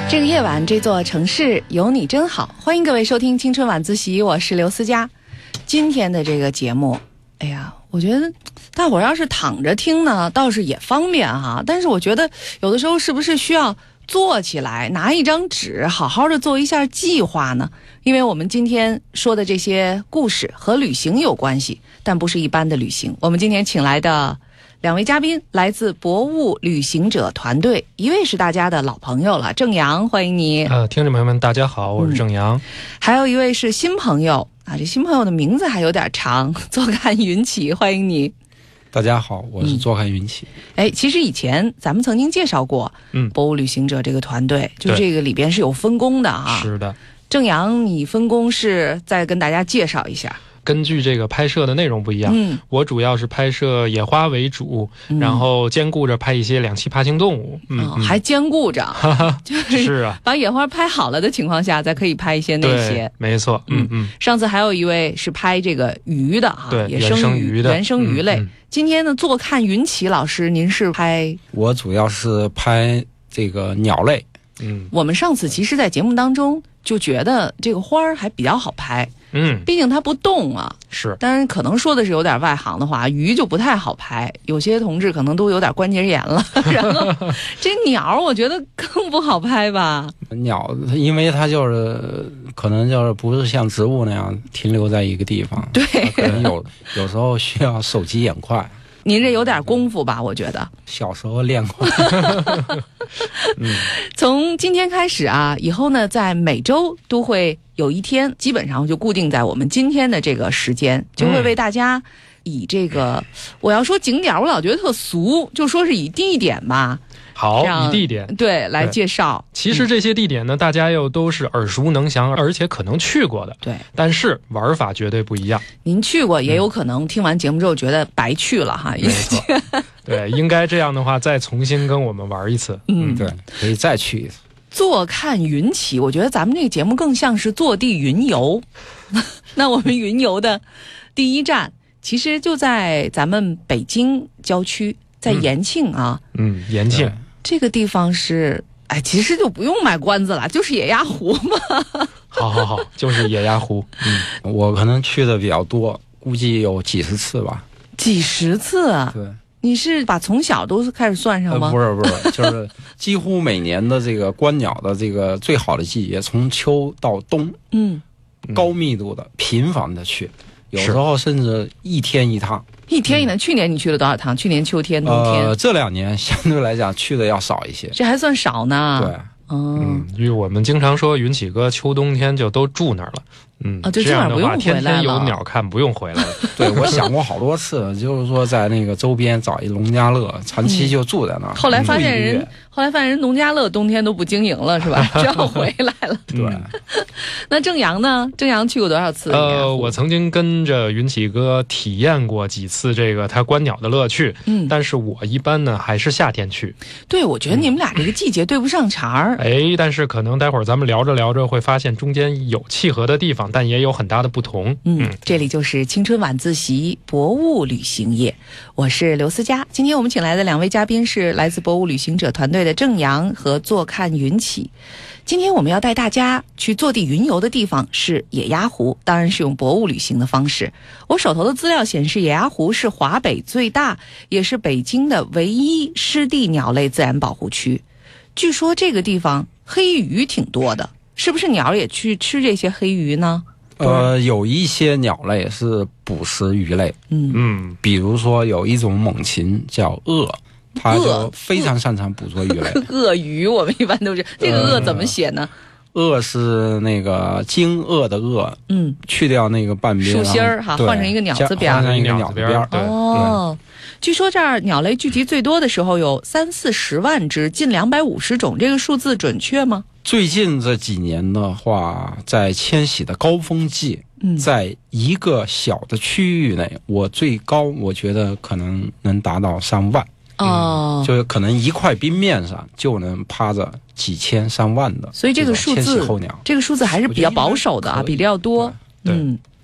这个夜晚，这座城市有你真好。欢迎各位收听青春晚自习，我是刘思佳。今天的这个节目，哎呀，我觉得大伙儿要是躺着听呢，倒是也方便哈。但是我觉得有的时候是不是需要坐起来，拿一张纸，好好的做一下计划呢？因为我们今天说的这些故事和旅行有关系，但不是一般的旅行。我们今天请来的两位嘉宾来自博物旅行者团队，一位是大家的老朋友了，郑阳，欢迎你。 听众朋友们，大家好，我是郑阳。 还有一位是新朋友啊，这新朋友的名字还有点长，坐看云起，欢迎你。 大家好，我是坐看云起。 其实以前咱们曾经介绍过，博物旅行者这个团队，就这个里边是有分工的啊。 是的。 郑阳，你分工是再跟大家介绍一下。 根据这个拍摄的内容不一样，我主要是拍摄野花为主，然后兼顾着拍一些两栖爬行动物。 还兼顾着，就是啊， 把野花拍好了的情况下，再可以拍一些那些。 没错， 上次还有一位是拍这个鱼的哈， 对， 野生鱼的原生鱼类。今天呢，坐看云起老师，您是拍？ 我主要是拍这个鸟类。 我们上次其实在节目当中就觉得这个花儿还比较好拍，毕竟它不动啊。 是， 当然可能说的是有点外行的话，鱼就不太好拍，有些同志可能都有点关节炎了。然后这鸟我觉得更不好拍吧。 鸟因为它就是可能就是不是像植物那样停留在一个地方， 对， 可能有时候需要手疾眼快。 您这有点功夫吧，我觉得小时候练过。 从今天开始啊，以后呢在每周都会有一天，基本上就固定在我们今天的这个时间，就会为大家以这个我要说景点我老觉得特俗，就说是以地点吧。 好，以地点对来介绍。 其实这些地点呢，大家又都是耳熟能详，而且可能去过的。 对， 但是玩法绝对不一样。 您去过，也有可能听完节目之后觉得白去了哈。 没错，对，应该这样的话再重新跟我们玩一次。 对，可以再去一次。 坐看云起，我觉得咱们这个节目更像是坐地云游。那我们云游的第一站，其实就在咱们北京郊区，在延庆啊。 延庆。 这个地方是，其实就不用卖关子了，就是野鸭湖嘛。 好，就是野鸭湖。 我可能去的比较多，估计有几十次吧。 几十次啊？ 对。 你是把从小都开始算上吗？ 不是，就是几乎每年的这个观鸟的这个最好的季节，从秋到冬，高密度的、频繁的去，有时候甚至一天一趟。 一天一趟。去年你去了多少趟？去年秋天、冬天？ 这2年相对来讲去的要少一些。 这还算少呢。 对。 因为我们经常说云起哥秋冬天就都住那儿了。 就基本上不用回来了。 天天有鸟看，不用回来了。 对，我想过好多次，就是说在那个周边找一农家乐，长期就住在那儿。 后来发现人农家乐冬天都不经营了，是吧？只要回来了。 对。 那郑阳呢？郑阳去过多少次？ 我曾经跟着云起哥体验过几次这个他观鸟的乐趣。但是我一般呢还是夏天去。 对，我觉得你们俩这个季节对不上茬儿。 但是可能待会儿咱们聊着聊着会发现中间有契合的地方，但也有很大的不同。 这里就是青春晚自习博物旅行业，我是刘思佳。今天我们请来的2位嘉宾是来自博物旅行者团队的郑阳和坐看云起。今天我们要带大家去坐地云游的地方是野鸭湖，当然是用博物旅行的方式。我手头的资料显示，野鸭湖是华北最大，也是北京的唯一湿地鸟类自然保护区。据说这个地方黑鱼挺多的，是不是鸟也去吃这些黑鱼呢？ 有一些鸟类是捕食鱼类。比如说有一种猛禽叫鳄，它就非常擅长捕捉鱼类。 鳄鱼我们一般都是这个鳄怎么写呢？ 鳄是那个惊愕的鳄，去掉那个半边竖心儿哈，换成一个鸟字边， 换成一个鸟字边。 对。据说这儿鸟类聚集最多的时候有30-40万只，近250种，这个数字准确吗？ 最近这几年的话，在迁徙的高峰季，在一个小的区域内，我最高我觉得可能能达到3万。就是可能一块冰面上就能趴着几千上万的， 所以这个数字，这个数字还是比较保守的啊，比例要多。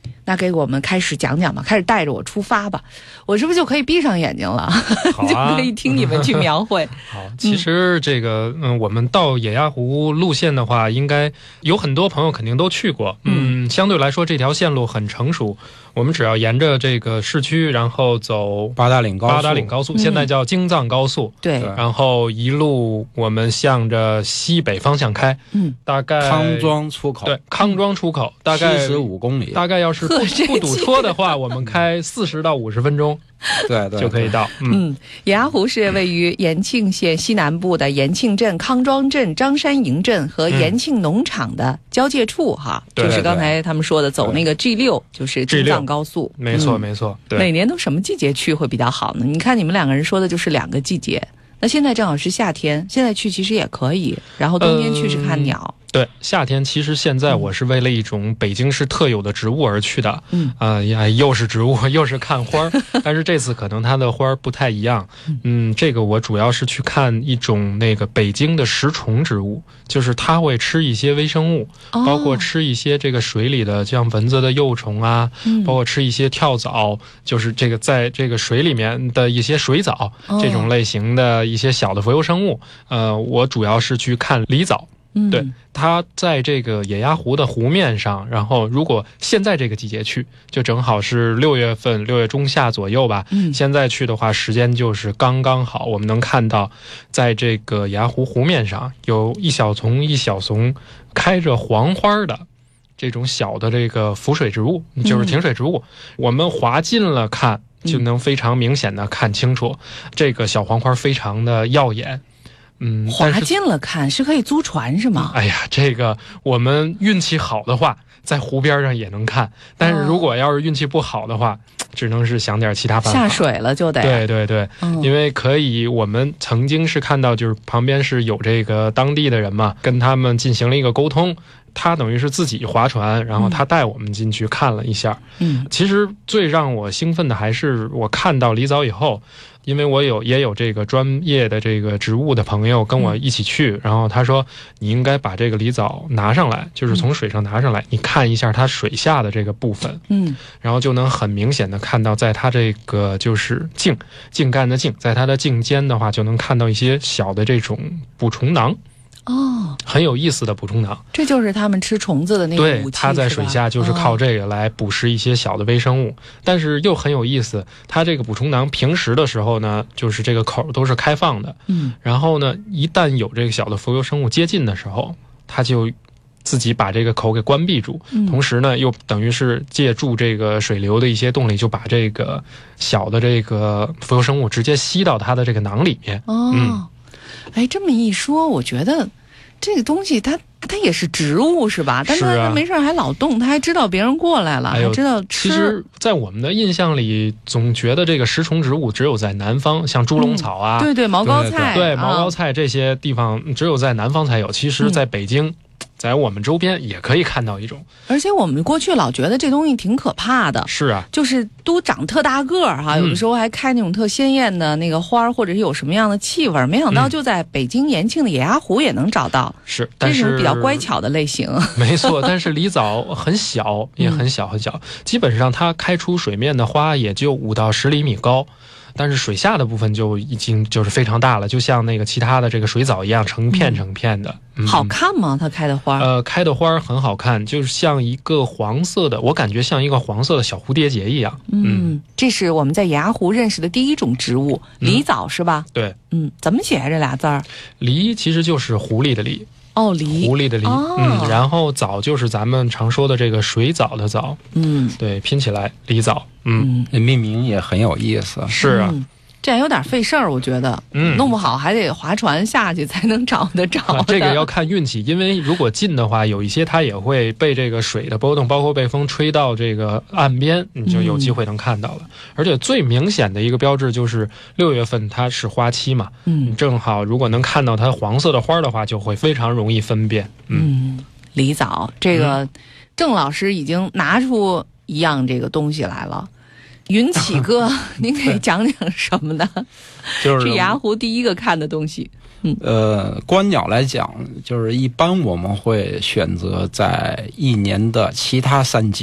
那给我们开始讲讲吧，开始带着我出发吧。我是不是就可以闭上眼睛了？ 好啊， 就可以听你们去描绘。 好，其实这个我们到野鸭湖路线的话，应该有很多朋友肯定都去过。相对来说这条线路很成熟，我们只要沿着这个市区，然后走八达岭高速， 现在叫京藏高速。 对， 然后一路我们向着西北方向开，大概康庄出口， 对，康庄出口大概 75公里， 大概要是不堵车的话，我们开40到50分钟。 对， 就可以到。 野鸭湖是位于延庆县西南部的延庆镇、康庄镇、张山营镇和延庆农场的交界处哈，就是刚才他们说的走那个 G6，就是京藏高速。 没错没错。对， 每年都什么季节去会比较好呢？你看你们两个人说的就是2个季节，那现在正好是夏天，现在去其实也可以，然后冬天去是看鸟。 对，夏天其实现在我是为了一种北京市特有的植物而去的，又是植物又是看花但是这次可能它的花不太一样，这个我主要是去看一种那个北京的食虫植物，就是它会吃一些微生物，包括吃一些这个水里的像蚊子的幼虫啊，包括吃一些跳蚤，就是这个在这个水里面的一些水藻，这种类型的一些小的浮游生物。我主要是去看狸藻。对，它在这个野鸭湖的湖面上，然后如果现在这个季节去，就正好是6月份，6月中下左右吧。现在去的话，时间就是刚刚好，我们能看到，在这个野鸭湖湖面上有一小丛开着黄花的这种小的这个浮水植物，就是停水植物。我们滑近了看，就能非常明显的看清楚，这个小黄花非常的耀眼。 滑进了看是可以租船是吗？ 哎呀，这个我们运气好的话，在湖边上也能看，但是如果要是运气不好的话，只能是想点其他办法。 下水了就得。 对，因为可以，我们曾经是看到，就是旁边是有这个当地的人嘛，跟他们进行了一个沟通。他等于是自己划船，然后他带我们进去看了一下。其实最让我兴奋的还是我看到狸藻以后。因为我也有这个专业的这个植物的朋友跟我一起去，然后他说你应该把这个狸藻拿上来，就是从水上拿上来，你看一下它水下的这个部分，然后就能很明显的看到，在它这个就是茎干的茎，在它的茎尖的话，就能看到一些小的这种捕虫囊。很有意思的捕虫囊， 这就是他们吃虫子的那个武器。 对，它在水下就是靠这个来捕食一些小的微生物，但是又很有意思。它这个捕虫囊平时的时候呢，就是这个口都是开放的，然后呢，一旦有这个小的浮游生物接近的时候，它就自己把这个口给关闭住，同时呢，又等于是借助这个水流的一些动力，就把这个小的这个浮游生物直接吸到它的这个囊里面。 哎，这么一说，我觉得这个东西它也是植物是吧？但是它没事还老动，它还知道别人过来了，还知道吃。 其实，在我们的印象里，总觉得这个食虫植物只有在南方，像猪笼草啊， 对毛膏菜， 对毛膏菜这些地方只有在南方才有。其实，在北京。在我们周边也可以看到一种， 而且我们过去老觉得这东西挺可怕的。 是啊， 就是都长特大个儿哈，有的时候还开那种特鲜艳的那个花，或者是有什么样的气味，没想到就在北京延庆的野鸭湖也能找到。 是，但是这种比较乖巧的类型。 没错，但是狸藻很小，也很小，基本上它开出水面的花也就5到10厘米高。但是水下的部分就已经就是非常大了，就像那个其他的这个水藻一样，成片的。 好看吗？它开的花？ 开的花很好看，就是像一个黄色的，我感觉像一个黄色的小蝴蝶结一样。 这是我们在野鸭湖认识的第一种植物，狸藻是吧？ 对。 怎么写这俩字儿？ 狸其实就是狐狸的狸。 狸， 狐狸的狸，然后藻就是咱们常说的这个水藻的藻，对，拼起来狸藻， 命名也很有意思。 是啊， 这样有点费事儿，我觉得，弄不好还得划船下去才能找得着的。 这个要看运气，因为如果近的话，有一些它也会被这个水的波动，包括被风吹到这个岸边，你就有机会能看到了。而且最明显的一个标志就是6月份它是花期嘛，正好如果能看到它黄色的花的话，就会非常容易分辨。 狸藻，这个郑老师已经拿出一样这个东西来了。云起哥，您给讲讲什么呢？ 就是野鸭湖第一个看的东西。 观鸟来讲，就是一般我们会选择在一年的其他3季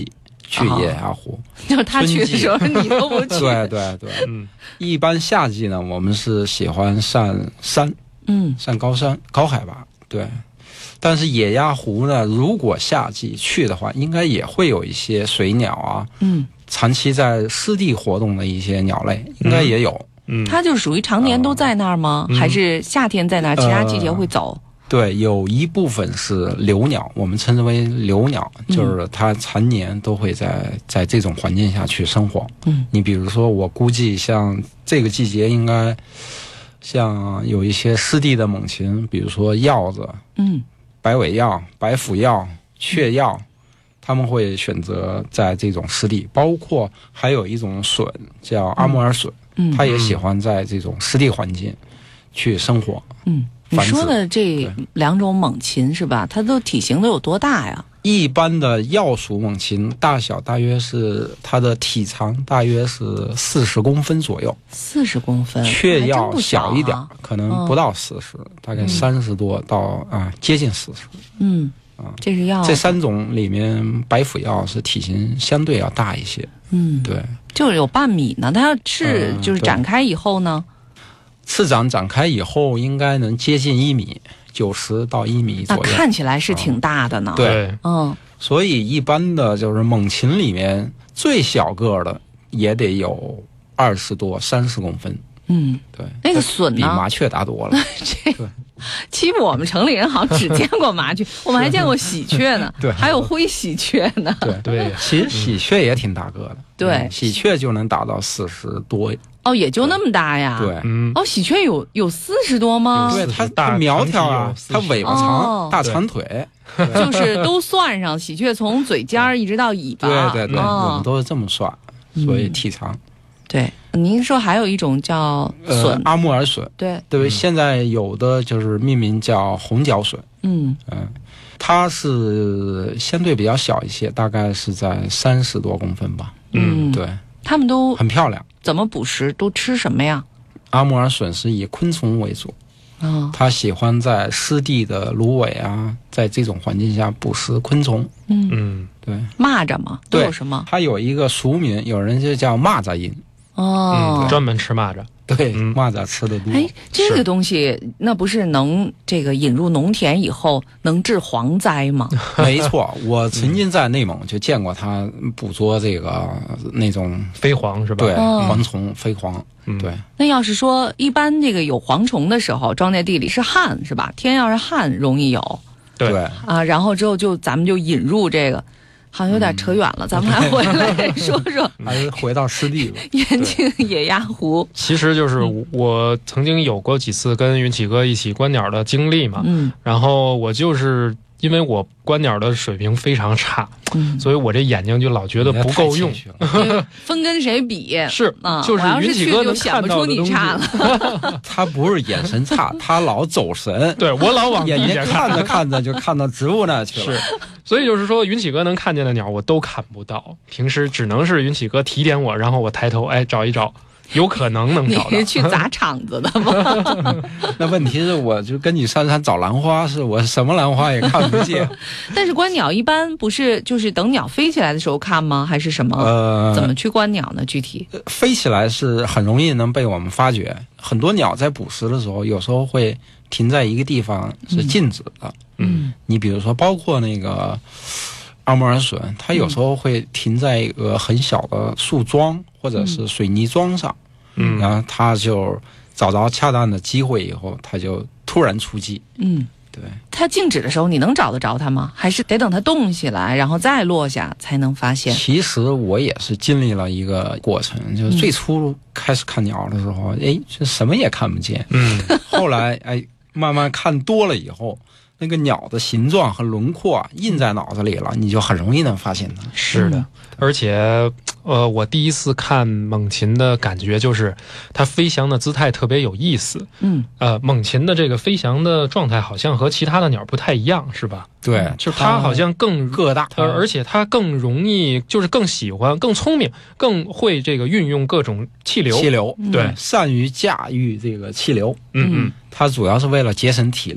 去野鸭湖， 就是他去的时候你都不去。 对，一般夏季呢，我们是喜欢上山，上高山、高海拔，对。但是野鸭湖呢，如果夏季去的话，应该也会有一些水鸟啊，长期在湿地活动的一些鸟类，应该也有。 它就属于常年都在那儿吗？还是夏天在那儿，其他季节会走？ 对，有一部分是留鸟，我们称之为留鸟，就是它常年都会在这种环境下去生活。你比如说，我估计像这个季节，应该像有一些湿地的猛禽，比如说鹞子，白尾鹞、白腹鹞、雀鹞，他们会选择在这种湿地，包括还有一种隼叫阿穆尔隼，它也喜欢在这种湿地环境去生活。 你说的这2种猛禽是吧？它体型都有多大呀？ 一般的鹞属猛禽大小大约是它的体长大约是40公分左右 ，40公分。 雀鹞小一点，可能不到40，大概30多到接近40。这是鹞。这3种里面，白腹鹞是体型相对要大一些。对， 就是有半米呢。它要翅就是展开以后呢？ 翅膀展开以后，应该能接近1米，90到1米左右。 看起来是挺大的呢。 对，所以一般的就是猛禽里面最小个的也得有20多、30公分。对， 那个隼呢， 比麻雀大多了。 欺负我们城里人好像只见过麻雀，我们还见过喜鹊呢， 对， 还有灰喜鹊呢。 对，其实喜鹊也挺大个的。 对， 喜鹊就能达到40多。 也就那么大呀。 对， 喜鹊有40多吗？ 对，它苗条啊，它尾巴长，大长腿， 就是都算上，喜鹊从嘴尖一直到尾巴。 对，我们都是这么算，所以体长。 对，您说还有一种叫隼， 阿穆尔隼。 对， 现在有的就是命名叫红角隼。它是相对比较小一些，大概是在30多公分吧。对， 它们都很漂亮。 怎么捕食？都吃什么呀？ 阿穆尔隼是以昆虫为主。它喜欢在湿地的芦苇啊，在这种环境下捕食昆虫。对， 蚂蚱嘛，都有什么？ 它有一个俗名，有人就叫蚂蚱鹰。 专门吃蚂蚱。 对，蚂蚱吃的多。 这个东西那不是能这个引入农田以后能治蝗灾吗？ 没错，我曾经在内蒙就见过它捕捉这个那种飞蝗是吧？ 对，蝗虫、飞蝗。对。 那要是说一般这个有蝗虫的时候，装在地里是旱是吧？天要是旱容易有。 对。 然后之后咱们就引入这个。好像有点扯远了，咱们还回来说说， 还是回到湿地吧。 延庆野鸭湖， 其实就是我曾经有过几次跟云起哥一起观鸟的经历嘛，然后我就是因为我观鸟的水平非常差，所以我这眼睛就老觉得不够用， 分跟谁比是就是云起哥能看到的东西， 他不是眼神差，他老走神， 对我老往眼睛看着看着就看到植物那去了。 是，所以就是说云起哥能看见的鸟我都看不到，平时只能是云起哥提点我，然后我抬头找一找。有可能能找到。 你是去砸场子的吗？ 那问题是，我就跟你上山找兰花，是我什么兰花也看不见。 但是观鸟一般不是就是等鸟飞起来的时候看吗？还是什么？怎么去观鸟呢？具体飞起来是很容易能被我们发觉。很多鸟在捕食的时候，有时候会停在一个地方是静止的。你比如说，包括那个阿穆尔隼，它有时候会停在一个很小的树桩或者是水泥桩上。然后它就找着恰当的机会以后，它就突然出击。对。 它静止的时候，你能找得着它吗？还是得等它动起来，然后再落下才能发现？ 其实我也是经历了一个过程，就是最初开始看鸟的时候，就什么也看不见。后来慢慢看多了以后，那个鸟的形状和轮廓印在脑子里了，你就很容易能发现它。 是的，而且我第一次看猛禽的感觉就是它飞翔的姿态特别有意思。猛禽的这个飞翔的状态好像和其他的鸟不太一样，是吧？ 对， 就是它好像更个大， 而且它更容易，就是更喜欢、更聪明、更会这个运用各种气流， 对，善于驾驭这个气流。它主要是为了节省体力。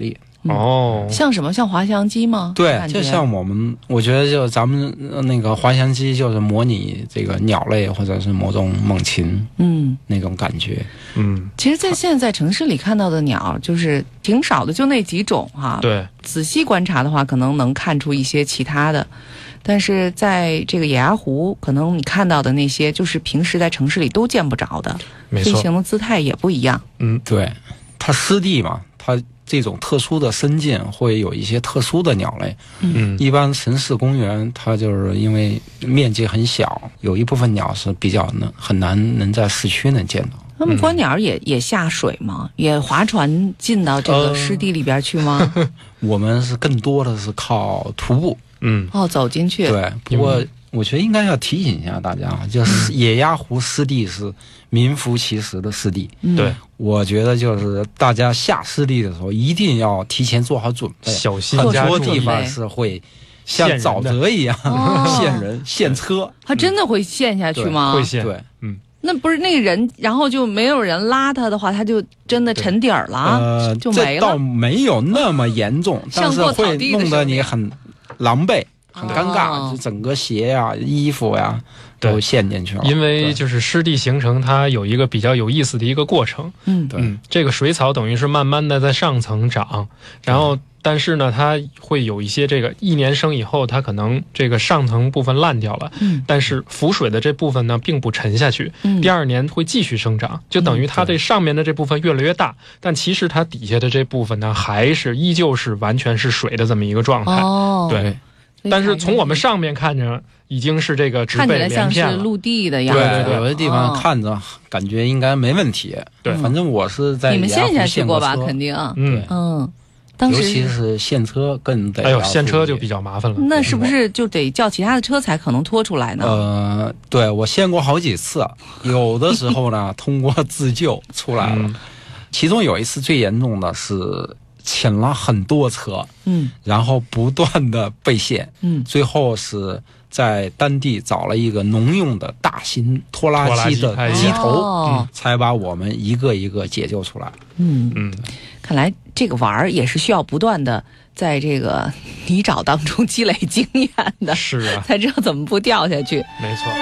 哦， 像什么？像滑翔机吗？ 对，就像我觉得就咱们那个滑翔机，就是模拟这个鸟类或者是某种猛禽，那种感觉。 其实在现在在城市里看到的鸟就是挺少的，就那几种哈。 对， 仔细观察的话，可能能看出一些其他的。但是在这个野鸭湖，可能你看到的那些，就是平时在城市里都见不着的， 没错， 飞行的姿态也不一样。 对，它湿地嘛，它这种特殊的深涧会有一些特殊的鸟类。一般城市公园它就是因为面积很小，有一部分鸟是比较很难能在市区能见到。 那么观鸟也下水吗？也划船进到这个湿地里边去吗？ 我们是更多的是靠徒步。 走进去。 对，不过我觉得应该要提醒一下大家，就是野鸭湖湿地是名副其实的湿地。 对， 我觉得就是大家下湿地的时候一定要提前做好准备， 小心很多地方是会像沼泽一样陷人、陷车。 它真的会陷下去吗？ 会陷。 对， 那不是那个人，然后就没有人拉他的话，他就真的沉底儿了，就没了。 这倒没有那么严重，但是会弄得你很狼狈、很尴尬，就整个鞋呀、衣服呀都陷进去了。 因为就是湿地形成，它有一个比较有意思的一个过程。这个水草等于是慢慢的在上层长，然后但是呢，它会有一些这个1年生以后，它可能这个上层部分烂掉了，但是浮水的这部分呢并不沉下去，第2年会继续生长，就等于它这上面的这部分越来越大，但其实它底下的这部分呢还是依旧是完全是水的这么一个状态。对。但是从我们上面看着，已经是这个植被连片了， 看起来像是陆地的样子。 对，有的地方看着感觉应该没问题。 对， 反正我是在你们陷下去过吧？肯定。当时尤其是陷车更得。 陷车就比较麻烦了。 那是不是就得叫其他的车才可能拖出来呢？ 对，我陷过好几次，有的时候呢通过自救出来了。其中有一次最严重的是请了很多车，然后不断的被陷，最后是在当地找了一个农用的大型拖拉机的机头，才把我们一个一个解救出来。 看来这个玩也是需要不断的在这个泥沼当中积累经验的， 是啊， 才知道怎么不掉下去。 没错。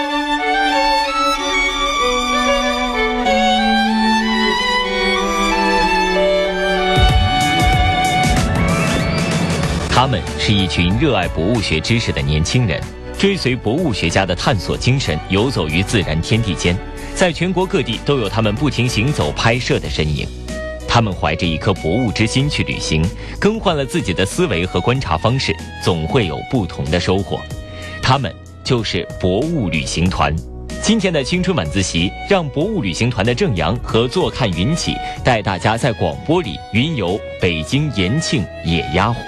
他们是一群热爱博物学知识的年轻人，追随博物学家的探索精神，游走于自然天地间，在全国各地都有他们不停行走拍摄的身影。他们怀着一颗博物之心去旅行，更换了自己的思维和观察方式，总会有不同的收获。他们就是博物旅行团。今天的青春晚自习，让博物旅行团的郑阳和坐看云起带大家在广播里云游北京延庆野鸭湖。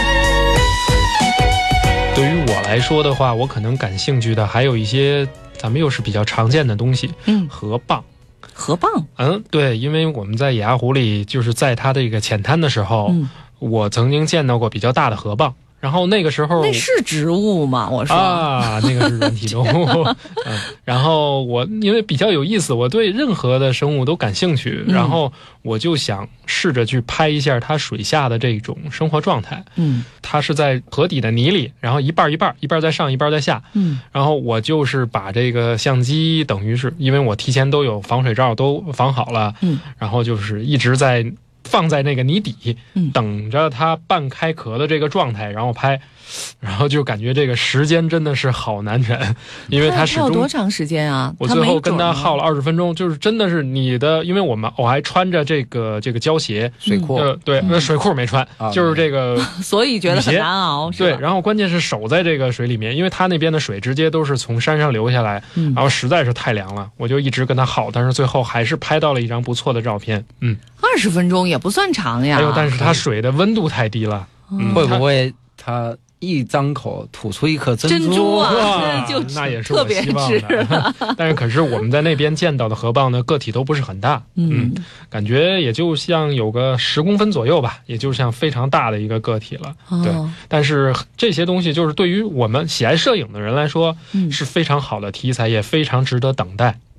对于我来说的话，我可能感兴趣的还有一些咱们又是比较常见的东西，河蚌。 河蚌？ 对，因为我们在野鸭湖里，就是在它这个浅滩的时候，我曾经见到过比较大的河蚌。然后那个时候那是植物吗？我说那个是软体动物。然后我因为比较有意思，我对任何的生物都感兴趣，然后我就想试着去拍一下它水下的这种生活状态。它是在河底的泥里，然后一半在上，一半在下。然后我就是把这个相机，等于是因为我提前都有防水罩都防好了，然后就是一直在放在那个泥底，等着它半开壳的这个状态，然后拍，然后就感觉这个时间真的是好难忍，因为它始终耗多长时间啊？ 我最后跟它耗了20分钟，就是真的是你的，因为我还穿着这个胶鞋水裤， 对，那水裤没穿，就是这个， 所以觉得很难熬。 对，然后关键是手在这个水里面，因为它那边的水直接都是从山上流下来，然后实在是太凉了，我就一直跟它耗，但是最后还是拍到了一张不错的照片。 20分钟也不算长呀。 但是它水的温度太低了， 会不会它一张口吐出一颗珍珠啊？ 那也是我希望的。但是可是我们在那边见到的河蚌呢，个体都不是很大，感觉也就像有个10公分左右吧，也就像非常大的一个个体了。对，但是这些东西就是对于我们喜爱摄影的人来说，是非常好的题材，也非常值得等待。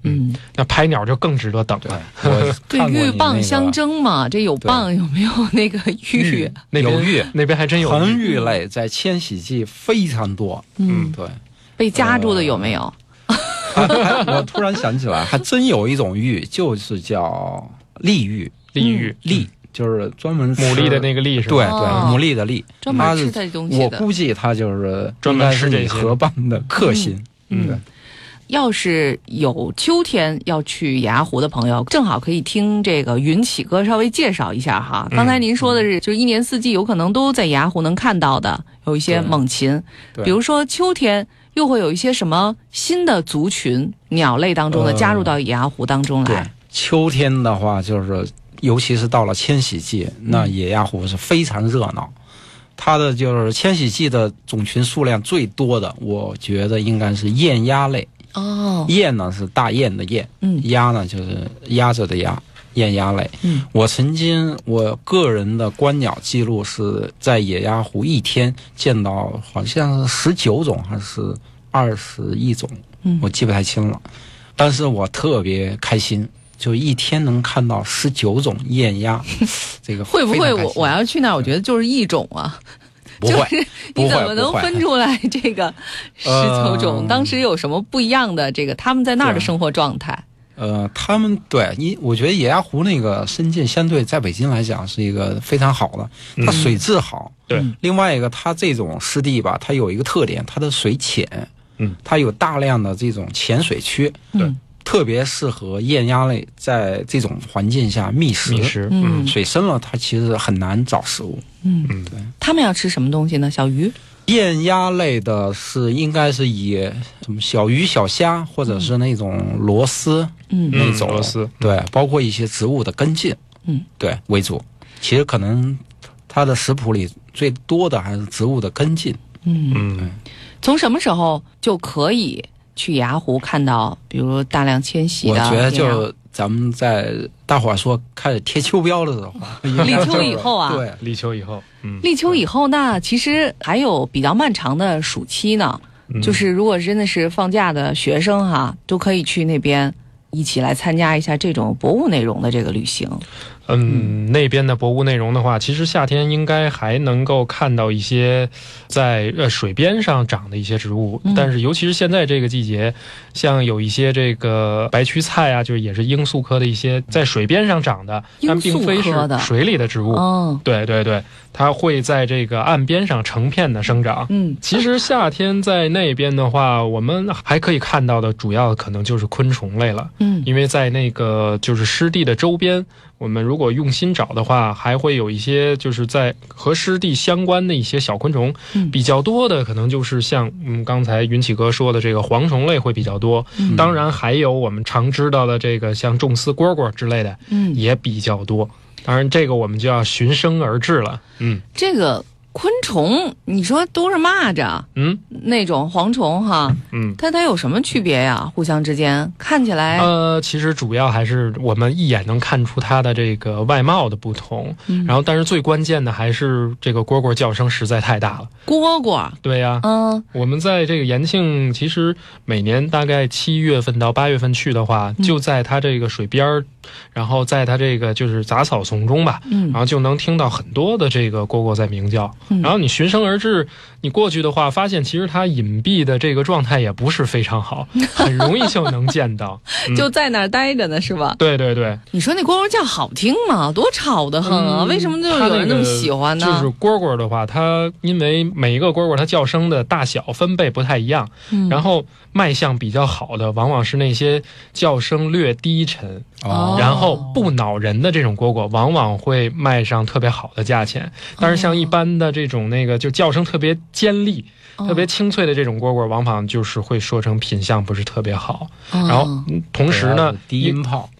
那拍鸟就更值得等了。 对，鹬蚌相争嘛，这有蚌有没有那个鹬？ 有鹬， 那边还真有恒鹬类在迁徙季非常多。对， 被夹住的有没有？ 我突然想起来，还真有一种鹬，就是叫丽鹬。丽就是专门牡蛎的那个蛎是吧？ 对，牡蛎的蛎， 专门吃这东西的。 我估计它就是专门吃这些河蚌的克星。对。 要是有秋天要去野鸭湖的朋友，正好可以听这个云起哥稍微介绍一下哈。刚才您说的是，就是一年四季有可能都在野鸭湖能看到的，有一些猛禽，比如说秋天又会有一些什么新的族群鸟类当中的加入到野鸭湖当中来。 秋天的话，就是尤其是到了迁徙季，那野鸭湖是非常热闹。它的就是迁徙季的种群数量最多的，我觉得应该是雁鸭类。雁呢是大雁的雁，鸭呢就是鸭子的鸭，雁鸭类。我个人的观鸟记录是在野鸭湖一天见到好像是19种还是21种，我记不太清了。但是我特别开心，就一天能看到19种雁鸭，这个会不会我要去那儿，我觉得就是一种啊。 不会， 你怎么能分出来这个19种？当时有什么不一样的？这个他们在那儿的生活状态？ 他们我觉得野鸭湖那个深涧相对在北京来讲是一个非常好的，它水质好。 对， 另外一个它这种湿地吧，它有一个特点，它的水浅，它有大量的这种浅水区。 对。 特别适合雁鸭类在这种环境下觅食。水深了，它其实很难找食物。 对。他们要吃什么东西呢？小鱼？ 雁鸭类的是应该是以什么小鱼、小虾，或者是那种螺丝，那种螺丝， 对，包括一些植物的根茎，对为主。其实可能它的食谱里最多的还是植物的根茎。 从什么时候就可以去野鸭湖看到，比如大量迁徙的？ 我觉得就咱们在大伙儿说开始贴秋膘的时候， 立秋以后啊， 对， 立秋以后， 立秋以后，那其实还有比较漫长的暑期呢。就是如果真的是放假的学生哈，都可以去那边一起来参加一下这种博物内容的这个旅行。 那边的博物内容的话，其实夏天应该还能够看到一些在水边上长的一些植物，但是尤其是现在这个季节，像有一些这个白屈菜啊，就是也是罂粟科的一些在水边上长的，但并非是水里的植物。对对对，它会在这个岸边上成片的生长。其实夏天在那边的话，我们还可以看到的主要可能就是昆虫类了。因为在那个就是湿地的周边，我们如果用心找的话，还会有一些就是在和湿地相关的一些小昆虫。比较多的可能就是像刚才云起哥说的这个蝗虫类会比较多。当然还有我们常知道的这个像螽斯蝈蝈之类的，也比较多。当然这个我们就要循声而至了。 这个昆虫你说都是蚂蚱，那种蝗虫哈，它有什么区别呀？互相之间看起来其实主要还是我们一眼能看出它的这个外貌的不同。然后但是最关键的还是这个蝈蝈叫声实在太大了。 蝈蝈？ 对呀。我们在这个延庆其实每年大概7月份到8月份去的话，就在它这个水边，然后在它这个就是杂草丛中吧，然后就能听到很多的这个蝈蝈在鸣叫。然后你循声而至，你过去的话，发现其实它隐蔽的这个状态也不是非常好，很容易就能见到， 就在那儿待着呢，是吧？ 对对对。 你说那蝈蝈叫好听吗？多吵得很啊！为什么就有人那么喜欢呢？ 就是蝈蝈的话，它因为每一个蝈蝈它叫声的大小分贝不太一样，然后卖相比较好的，往往是那些叫声略低沉，然后不恼人的这种蝈蝈，往往会卖上特别好的价钱。但是像一般的这种那个就叫声特别尖利、特别清脆的这种蝈蝈，往往就是会说成品相不是特别好。然后同时呢， 低音炮，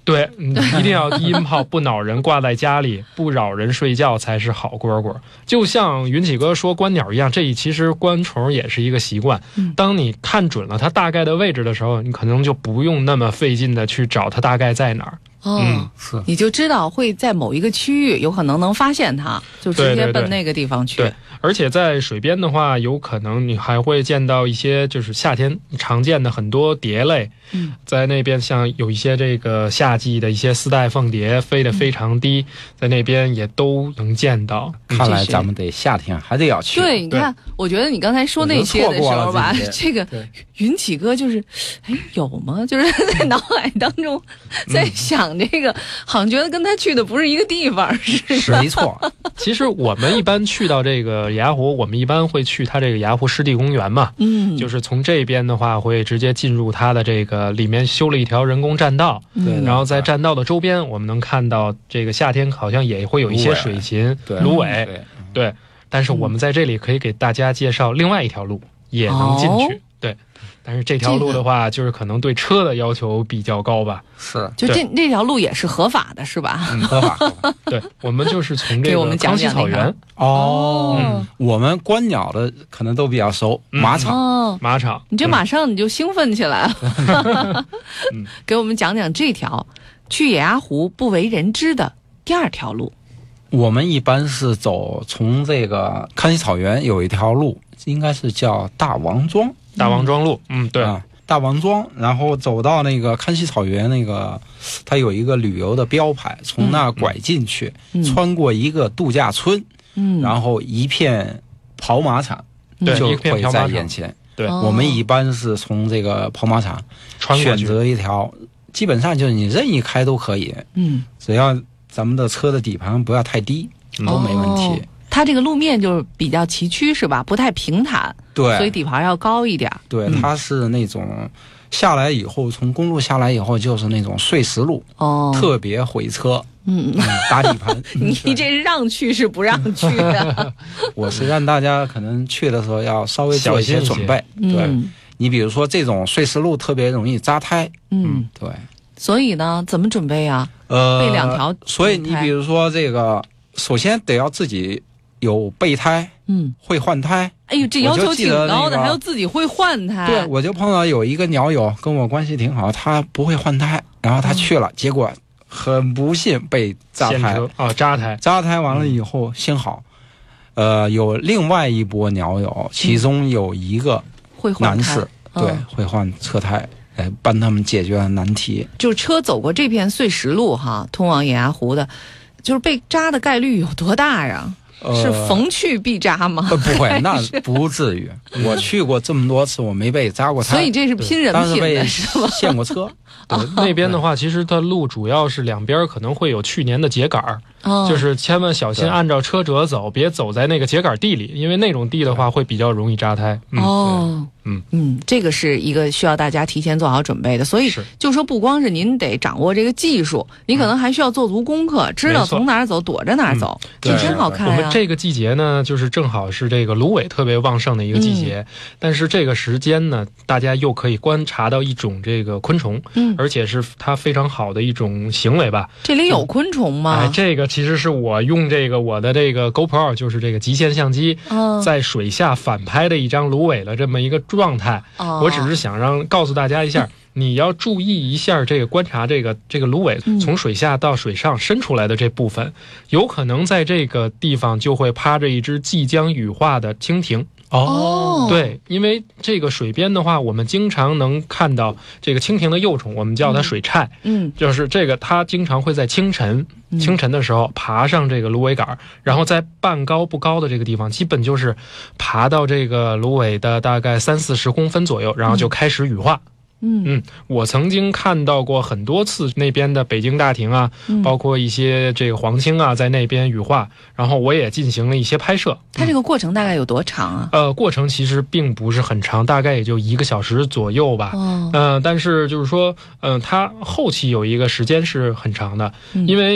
对，一定要低音炮不恼人，挂在家里不扰人睡觉才是好蝈蝈。就像云起哥说观鸟一样，这其实观虫也是一个习惯。当你看准了它大概的位置的时候，你可能就不用那么费劲的去找它大概在哪儿。 是， 你就知道会在某一个区域有可能能发现它，就直接奔那个地方去。 对，而且在水边的话，有可能你还会见到一些就是夏天常见的很多蝶类。在那边像有一些这个夏季的一些丝带凤蝶飞得非常低，在那边也都能见到。 看来咱们得夏天还得要去。 对，你看，我觉得你刚才说那些的时候吧，这个云起哥就是，有吗？就是在脑海当中在想这个，好像觉得跟他去的不是一个地方似的。 没错。 其实我们一般去到这个野鸭湖，我们一般会去它这个野鸭湖湿地公园嘛。就是从这边的话会直接进入它的这个里面修了一条人工栈道，然后在栈道的周边我们能看到这个夏天好像也会有一些水禽、芦苇。对，但是我们在这里可以给大家介绍另外一条路，也能进去。对，但是这条路的话，就是可能对车的要求比较高吧。 是， 就这条路也是合法的，是吧？ 合法。 对，我们就是从这个康熙草原。 我们观鸟的可能都比较熟，马场。 马场， 你这马上你就兴奋起来了。给我们讲讲这条去野鸭湖不为人知的第二条路。 我们一般是走从这个康熙草原有一条路，应该是叫大王庄。 大王庄路，对大王庄，然后走到那个康熙草原那个，它有一个旅游的标牌，从那拐进去，穿过一个度假村，然后一片跑马场，就会在眼前。 对， 我们一般是从这个跑马场选择一条，基本上就是你任意开都可以，只要咱们的车的底盘不要太低，都没问题。 它这个路面就是比较崎岖是吧？不太平坦， 对， 所以底盘要高一点。 对，它是那种下来以后，从公路下来以后就是那种碎石路，特别毁车，打底盘。 你这是让去是不让去的？ 我是让大家可能去的时候要稍微做一些准备。对，你比如说这种碎石路特别容易扎胎。对。 所以呢，怎么准备啊？备2条。 所以你比如说这个，首先得要自己有备胎，会换胎。 哎呦，这要求挺高的，还要自己会换胎。 对，我就碰到有一个鸟友跟我关系挺好，他不会换胎，然后他去了，结果很不幸被扎胎。扎胎完了以后，幸好，有另外一波鸟友，其中有一个男士，对，会换车胎。帮他们解决了难题。 就车走过这片碎石路哈，通往野鸭湖的，就是被扎的概率有多大呀？是逢去必扎吗？ 不会，那不至于。我去过这么多次，我没被扎过胎。 所以这是拼人品的，是吗？ 陷过车。 对，那边的话，其实它路主要是两边可能会有去年的秸秆，就是千万小心按照车辙走，别走在那个秸秆地里，因为那种地的话会比较容易扎胎。 这个是一个需要大家提前做好准备的。所以就说不光是您得掌握这个技术，你可能还需要做足功课，知道从哪儿走，躲着哪儿走。这真好看呀！ 我们这个季节呢，就是正好是这个芦苇特别旺盛的一个季节，但是这个时间呢，大家又可以观察到一种这个昆虫，而且是它非常好的一种行为吧。 这里有昆虫吗？ 这个其实是我用我的这个 GoPro， 就是这个极限相机，在水下反拍的一张芦苇的这么一个状态。我只是想告诉大家一下，你要注意一下这个观察这个芦苇从水下到水上伸出来的这部分，有可能在这个地方就会趴着一只即将羽化的蜻蜓。对，因为这个水边的话，我们经常能看到这个蜻蜓的幼虫，我们叫它水菜。就是这个它经常会在清晨的时候爬上这个芦苇杆，然后在半高不高的这个地方，基本就是爬到这个芦苇的大概30-40公分左右，然后就开始羽化。我曾经看到过很多次那边的北京大蜓啊，包括一些这个黄青啊，在那边羽化，然后我也进行了一些拍摄。 它这个过程大概有多长啊？ 过程其实并不是很长，大概也就1个小时左右吧。但是就是说，它后期有一个时间是很长的，因为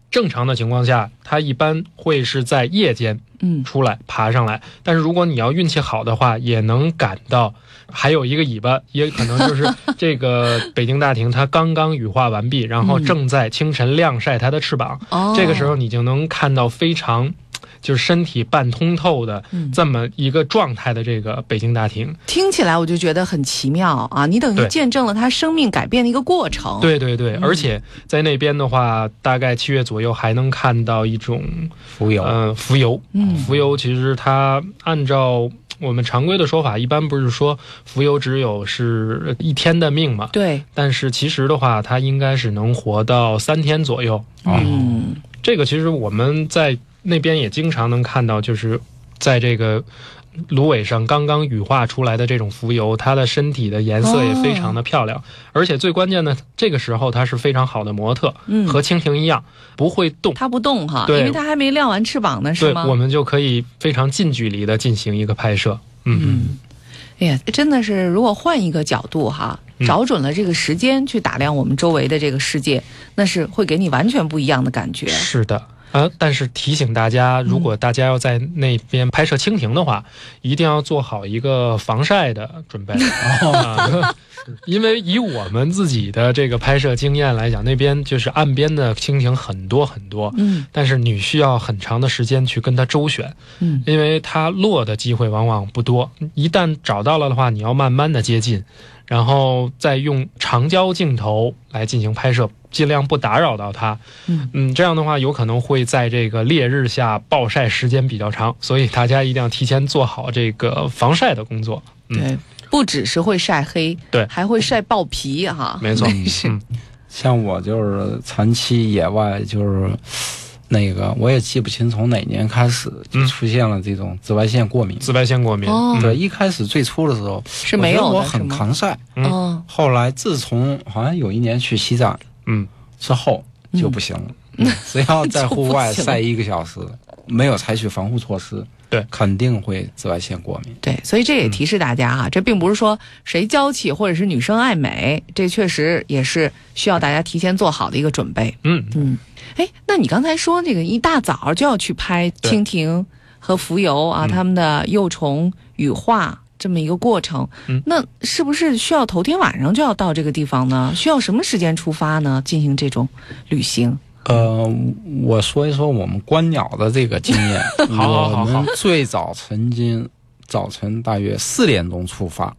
正常的情况下，它一般会是在夜间出来爬上来，但是如果你要运气好的话，也能赶到。还有一个尾巴，也可能就是这个北京大庭它刚刚羽化完毕，然后正在清晨晾晒它的翅膀，这个时候你就能看到非常就是身体半通透的这么一个状态的这个北京大庭。 听起来我就觉得很奇妙啊！你等于见证了它生命改变的一个过程。 对对对，而且在那边的话，大概7月左右还能看到一种浮游。 浮游，浮游其实它按照我们常规的说法，一般不是说浮游只有是1天的命嘛？ 对。 但是其实的话，它应该是能活到3天左右。这个其实我们在那边也经常能看到，就是在这个芦苇上刚刚羽化出来的这种浮游，它的身体的颜色也非常的漂亮，而且最关键的，这个时候它是非常好的模特，和蜻蜓一样不会动， 它不动哈， 对， 因为它还没亮完翅膀呢，是吗？ 对，我们就可以非常近距离的进行一个拍摄。 哎呀，真的是，如果换一个角度哈，找准了这个时间去打量我们周围的这个世界，那是会给你完全不一样的感觉。 是的。但是提醒大家，如果大家要在那边拍摄蜻蜓的话，一定要做好一个防晒的准备。因为以我们自己的这个拍摄经验来讲，那边就是岸边的蜻蜓很多很多，但是你需要很长的时间去跟它周旋，因为它落的机会往往不多，一旦找到了的话，你要慢慢的接近，然后再用长焦镜头来进行拍摄，尽量不打扰到它。这样的话有可能会在这个烈日下暴晒时间比较长，所以大家一定要提前做好这个防晒的工作。 对，不只是会晒黑， 对， 还会晒爆皮哈。 没错。 像我就是长期野外，就是那个我也记不清从哪年开始就出现了这种紫外线过敏。 紫外线过敏， 对，一开始最初的时候是没有的， 我很抗晒。后来自从好像有一年去西藏，之后就不行了。只要在户外晒1个小时，没有采取防护措施， 对， 肯定会紫外线过敏。 对，所以这也提示大家这并不是说谁娇气或者是女生爱美，这确实也是需要大家提前做好的一个准备。那你刚才说这个一大早就要去拍蜻蜓和浮游啊，它们的幼虫羽化这么一个过程，那是不是需要头天晚上就要到这个地方呢？需要什么时间出发呢？进行这种旅行？ 我说一说我们观鸟的这个经验。我们最早曾经早晨大约4点钟出发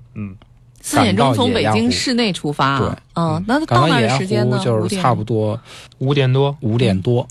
，4点钟从北京市内出发。 对， 那到那的时间呢？ 就是差不多 5点多 ，5点多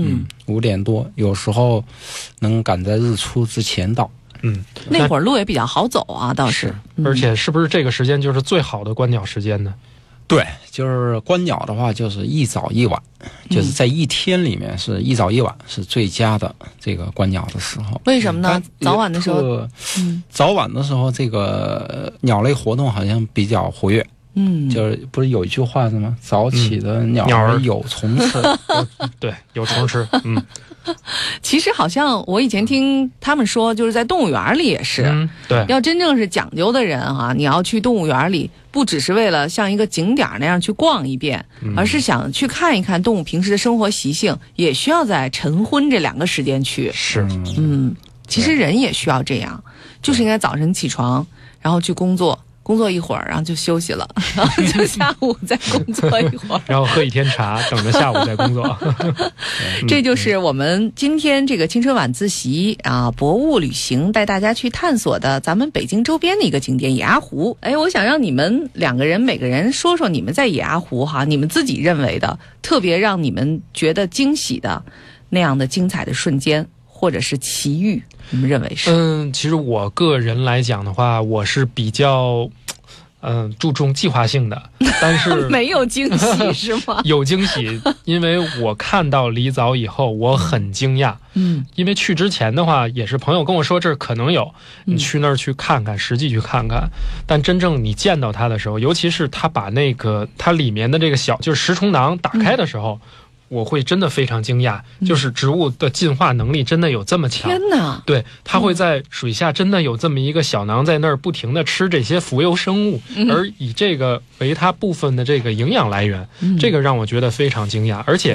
，5点多，有时候能赶在日出之前到。 那会儿路也比较好走啊，倒是。 而且是不是这个时间就是最好的观鸟时间呢？ 对，就是观鸟的话，就是一早一晚，就是在一天里面是一早一晚是最佳的这个观鸟的时候。 为什么呢？早晚的时候， 早晚的时候这个鸟类活动好像比较活跃。就是不是有一句话是吗？早起的鸟儿有虫吃。 对，有虫吃。 其实好像我以前听他们说，就是在动物园里也是， 对， 要真正是讲究的人你要去动物园里，不只是为了像一个景点那样去逛一遍，而是想去看一看动物平时的生活习性，也需要在晨昏这2个时间去。 是， 其实人也需要这样，就是应该早晨起床，然后去工作一会儿，然后就休息了，然后就下午再工作一会儿， 然后喝1天茶，等着下午再工作。 这就是我们今天这个青春晚自习博物旅行带大家去探索的咱们北京周边的一个景点野鸭湖。我想让你们2个人每个人说说你们在野鸭湖你们自己认为的特别让你们觉得惊喜的那样的精彩的瞬间或者是奇遇，你们认为是？ 其实我个人来讲的话，我是比较注重计划性的，但是没有惊喜是吗？ 有惊喜，因为我看到狸藻以后我很惊讶。因为去之前的话也是朋友跟我说这可能有，你去那儿去看看，实际去看看，但真正你见到它的时候，尤其是它把那个它里面的这个就是食虫囊打开的时候，我会真的非常惊讶，就是植物的进化能力真的有这么强。 天哪！ 对，它会在水下真的有这么一个小囊在那儿不停地吃这些浮游生物，而以这个为它部分的这个营养来源，这个让我觉得非常惊讶。而且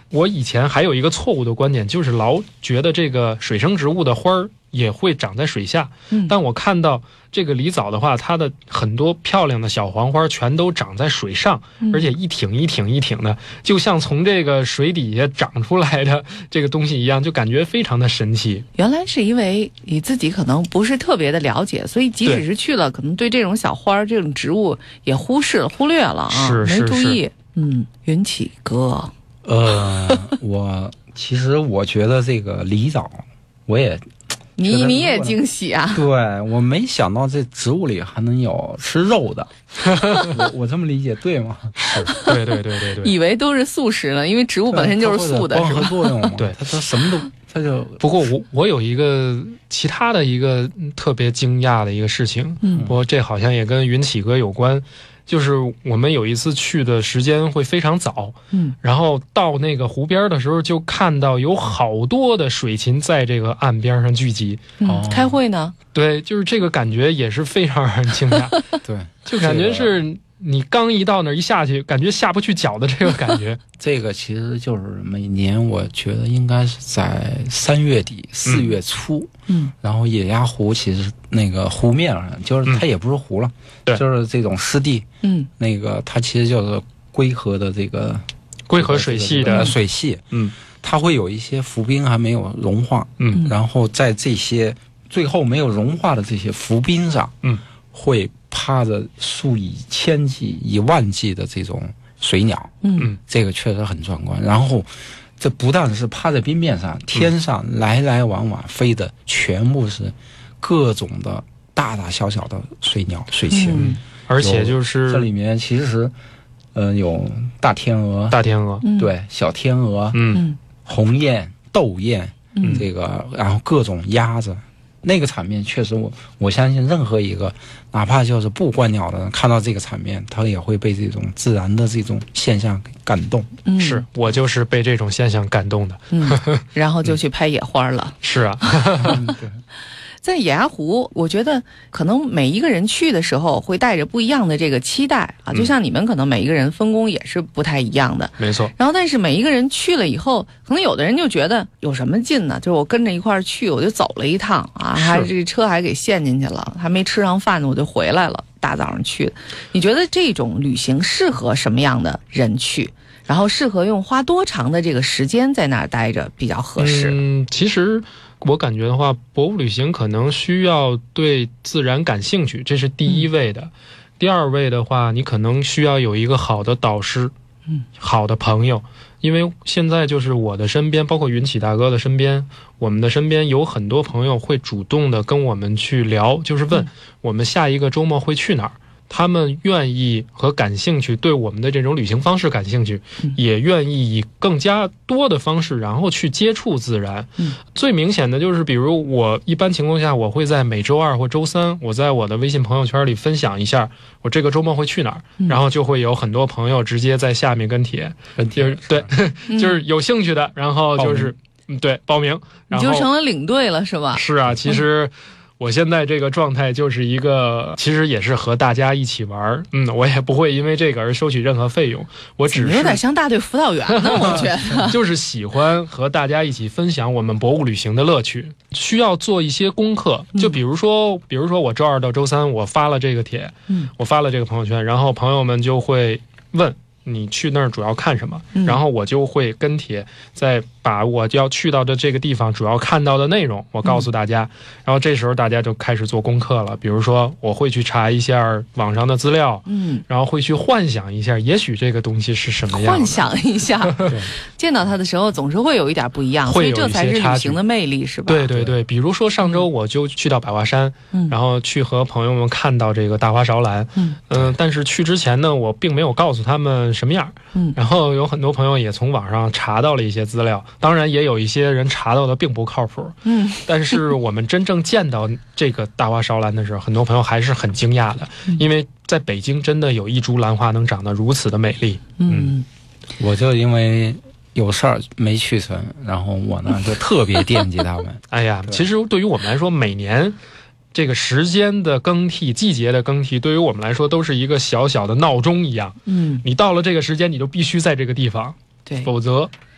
我以前还有一个错误的观点，就是老觉得这个水生植物的花儿也会长在水下，但我看到这个狸藻的话，它的很多漂亮的小黄花全都长在水上，而且一挺一挺一挺的，就像从这个水底下长出来的这个东西一样，就感觉非常的神奇。 原来是因为你自己可能不是特别的了解，所以即使是去了，可能对这种小花这种植物也忽略了啊，没注意。云起哥， 其实我觉得这个狸藻，我也。 你也惊喜啊！ 对，我没想到这植物里还能有吃肉的，我这么理解对吗？ 对， 以为都是素食呢，因为植物本身就是素的， 光合作用嘛。 对， 它什么都，它就。 不过我有一个其他的一个特别惊讶的一个事情，不过这好像也跟云起哥有关。就是我们有一次去的时间会非常早，然后到那个湖边的时候，就看到有好多的水禽在这个岸边上聚集， 开会呢。 对，就是这个感觉也是非常让人惊讶。 对， 就感觉是你刚一到那儿一下去，感觉下不去脚的这个感觉。 这个其实就是每年我觉得应该是在3月底4月初，然后野鸭湖其实那个湖面上，就是它也不是湖了，就是这种湿地，那个它其实就是龟河的这个龟河水系的水系，它会有一些浮冰还没有融化，然后在这些最后没有融化的这些浮冰上，会趴着数以千计、以万计的这种水鸟，这个确实很壮观。然后，这不但是趴在冰面上，天上来来往往飞的全部是各种的大大小小的水鸟、水禽， 而且就是这里面其实，有大天鹅，对，小天鹅，鸿雁、斗雁，这个，然后各种鸭子。那个场面确实我相信任何一个哪怕就是不观鸟的人看到这个场面，他也会被这种自然的这种现象给感动。 是我就是被这种现象感动的， 然后就去拍野花了。 是啊。 对， 在野鸭湖，我觉得可能每一个人去的时候会带着不一样的这个期待啊，就像你们可能每一个人分工也是不太一样的， 没错。 然后但是每一个人去了以后，可能有的人就觉得有什么劲呢？就是我跟着一块儿去，我就走了一趟啊，还这车还给陷进去了，还没吃上饭呢，我就回来了。大早上去的，你觉得这种旅行适合什么样的人去？然后适合用花多长的这个时间在那儿待着比较合适？ 其实我感觉的话，博物旅行可能需要对自然感兴趣，这是第一位的。第二位的话，你可能需要有一个好的导师，好的朋友。因为现在就是我的身边，包括云起大哥的身边，我们的身边有很多朋友会主动的跟我们去聊，就是问我们下一个周末会去哪儿。他们愿意和感兴趣，对我们的这种旅行方式感兴趣，也愿意以更加多的方式然后去接触自然。最明显的就是比如我一般情况下我会在每周2或周3我在我的微信朋友圈里分享一下我这个周末会去哪儿，然后就会有很多朋友直接在下面跟帖，就是对就是有兴趣的，然后就是对报名，然后你就成了领队了是吧？ 是啊，其实我现在这个状态就是一个，其实也是和大家一起玩，我也不会因为这个而收取任何费用，我只是有点像大队辅导员呢，我觉得就是喜欢和大家一起分享我们博物旅行的乐趣，需要做一些功课，就比如说我周2到周3我发了这个帖，我发了这个朋友圈，然后朋友们就会问你去那儿主要看什么，然后我就会跟帖，再把我要去到的这个地方主要看到的内容我告诉大家，然后这时候大家就开始做功课了，比如说我会去查一下网上的资料，然后会去幻想一下也许这个东西是什么样的， 幻想一下见到它的时候总是会有一点不一样，所以这才是旅行的魅力是吧？ 对，比如说上周我就去到百花山，然后去和朋友们看到这个大花芍兰，但是去之前呢我并没有告诉他们什么样，然后有很多朋友也从网上查到了一些资料，当然也有一些人查到的并不靠谱，但是我们真正见到这个大花芍兰的时候，很多朋友还是很惊讶的，因为在北京真的有一株兰花能长得如此的美丽。 我就因为有事儿没去成，然后我呢就特别惦记他们。 哎呀，其实对于我们来说，每年这个时间的更替、季节的更替，对于我们来说都是一个小小的闹钟一样。你到了这个时间，你就必须在这个地方，对，否则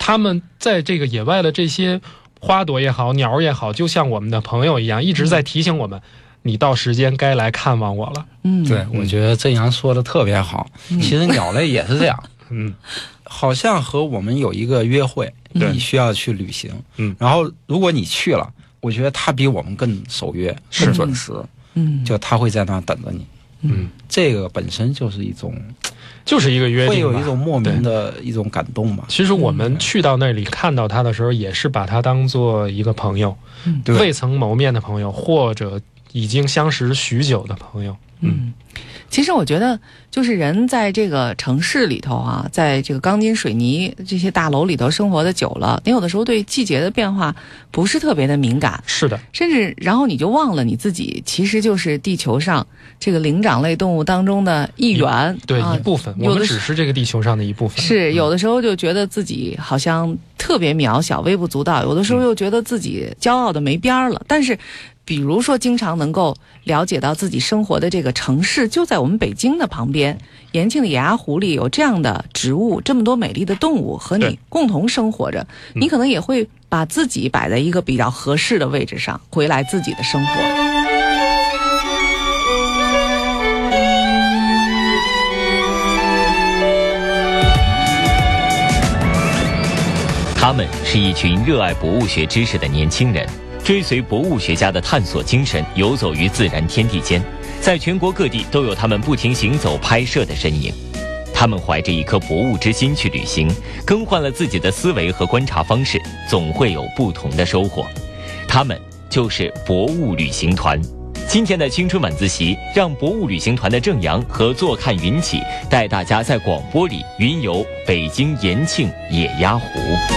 他们在这个野外的这些花朵也好，鸟也好，就像我们的朋友一样，一直在提醒我们，你到时间该来看望我了。 对，我觉得郑阳说的特别好。其实鸟类也是这样，好像和我们有一个约会，你需要去旅行，然后如果你去了，我觉得他比我们更守约，更准时，就他会在那等着你，这个本身就是一种， 就是一个约定， 会有一种莫名的一种感动吧。 其实我们去到那里看到他的时候，也是把他当做一个朋友，未曾谋面的朋友，或者已经相识许久的朋友。 其实我觉得，就是人在这个城市里头啊，在这个钢筋水泥这些大楼里头生活的久了，你有的时候对季节的变化不是特别的敏感。 是的， 甚至然后你就忘了你自己其实就是地球上这个灵长类动物当中的一员， 对，一部分，我们只是这个地球上的一部分。 是有的时候就觉得自己好像特别渺小、微不足道，有的时候又觉得自己骄傲的没边儿了。但是比如说经常能够了解到自己生活的这个城市就在我们北京的旁边，延庆的野鸭湖里有这样的植物，这么多美丽的动物和你共同生活着，你可能也会把自己摆在一个比较合适的位置上，回来自己的生活。 他们是一群热爱博物学知识的年轻人，追随博物学家的探索精神，游走于自然天地间，在全国各地都有他们不停行走拍摄的身影。他们怀着一颗博物之心去旅行，更换了自己的思维和观察方式，总会有不同的收获。他们就是博物旅行团。今天的青春晚自习，让博物旅行团的郑阳和坐看云起带大家在广播里云游北京延庆野鸭湖。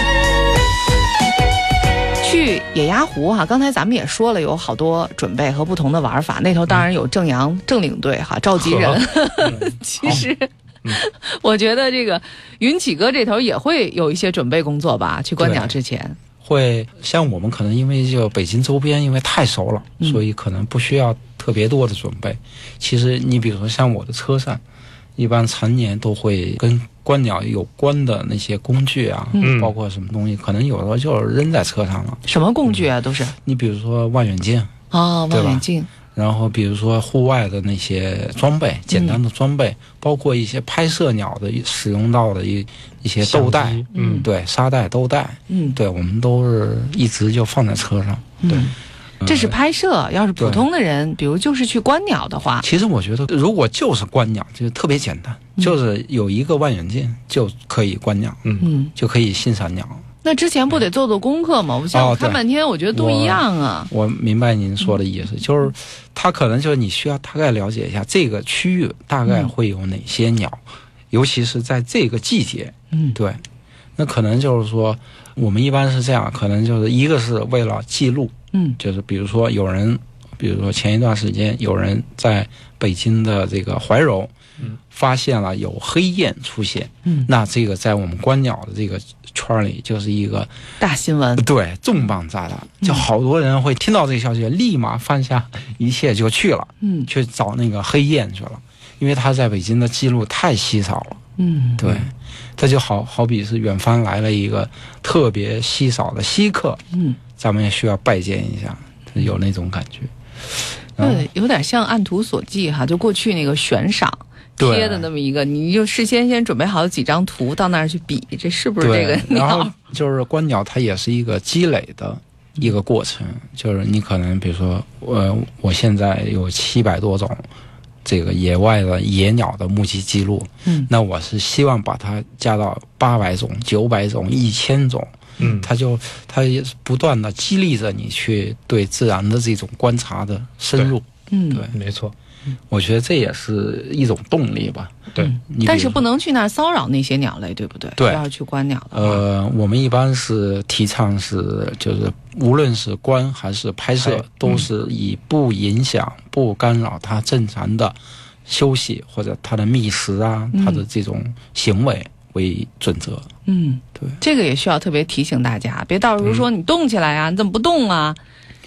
去野鸭湖哈，刚才咱们也说了，有好多准备和不同的玩法。那头当然有郑阳正领队哈，召集人。其实，我觉得这个云起哥这头也会有一些准备工作吧，去观鸟之前。 会像我们可能因为就北京周边因为太熟了，所以可能不需要特别多的准备。其实你比如说像我的车上，一般常年都会跟观鸟有关的那些工具啊，包括什么东西，可能有的时候就扔在车上了。 什么工具啊？都是你比如说望远镜望远镜， 然后比如说户外的那些装备，简单的装备，包括一些拍摄鸟的使用到的一些兜带，对，沙袋、兜带，对，我们都是一直就放在车上，对。 这是拍摄，要是普通的人，比如就是去观鸟的话， 其实我觉得如果就是观鸟，就特别简单，就是有一个望远镜就可以观鸟，就可以欣赏鸟。 那之前不得做功课吗？我看半天，我觉得都一样啊。 我明白您说的意思，就是他可能就是你需要大概了解一下这个区域大概会有哪些鸟，尤其是在这个季节，对。那可能就是说，我们一般是这样，可能就是一个是为了记录，就是比如说有人，比如说前一段时间有人在北京的这个怀柔，发现了有黑雁出现，那这个在我们观鸟的这个圈里就是一个大新闻， 对，重磅炸弹，就好多人会听到这个消息，立马放下一切就去了，去找那个黑雁去了，因为它在北京的记录太稀少了，对。这就好比是远方来了一个特别稀少的稀客，咱们也需要拜见一下，有那种感觉。 有点像按图索骥哈，就过去那个悬赏贴的那么一个，你就事先准备好几张图到那儿去比，这是不是这个鸟？ 然后就是观鸟，它也是一个积累的一个过程，就是你可能比如说，我现在有700多种。这个野外的野鸟的目击记录，那我是希望把它加到800种、900种、1000种，它也是不断的激励着你去对自然的这种观察的深入，对， 没错。 我觉得这也是一种动力吧。 对， 但是不能去那儿骚扰那些鸟类，对不对？ 对， 要是去观鸟的话， 我们一般是提倡是，就是无论是观还是拍摄，都是以不影响、不干扰它正常的休息或者它的觅食啊，它的这种行为为准则。 对，这个也需要特别提醒大家，别到时候说你动起来啊，你怎么不动啊？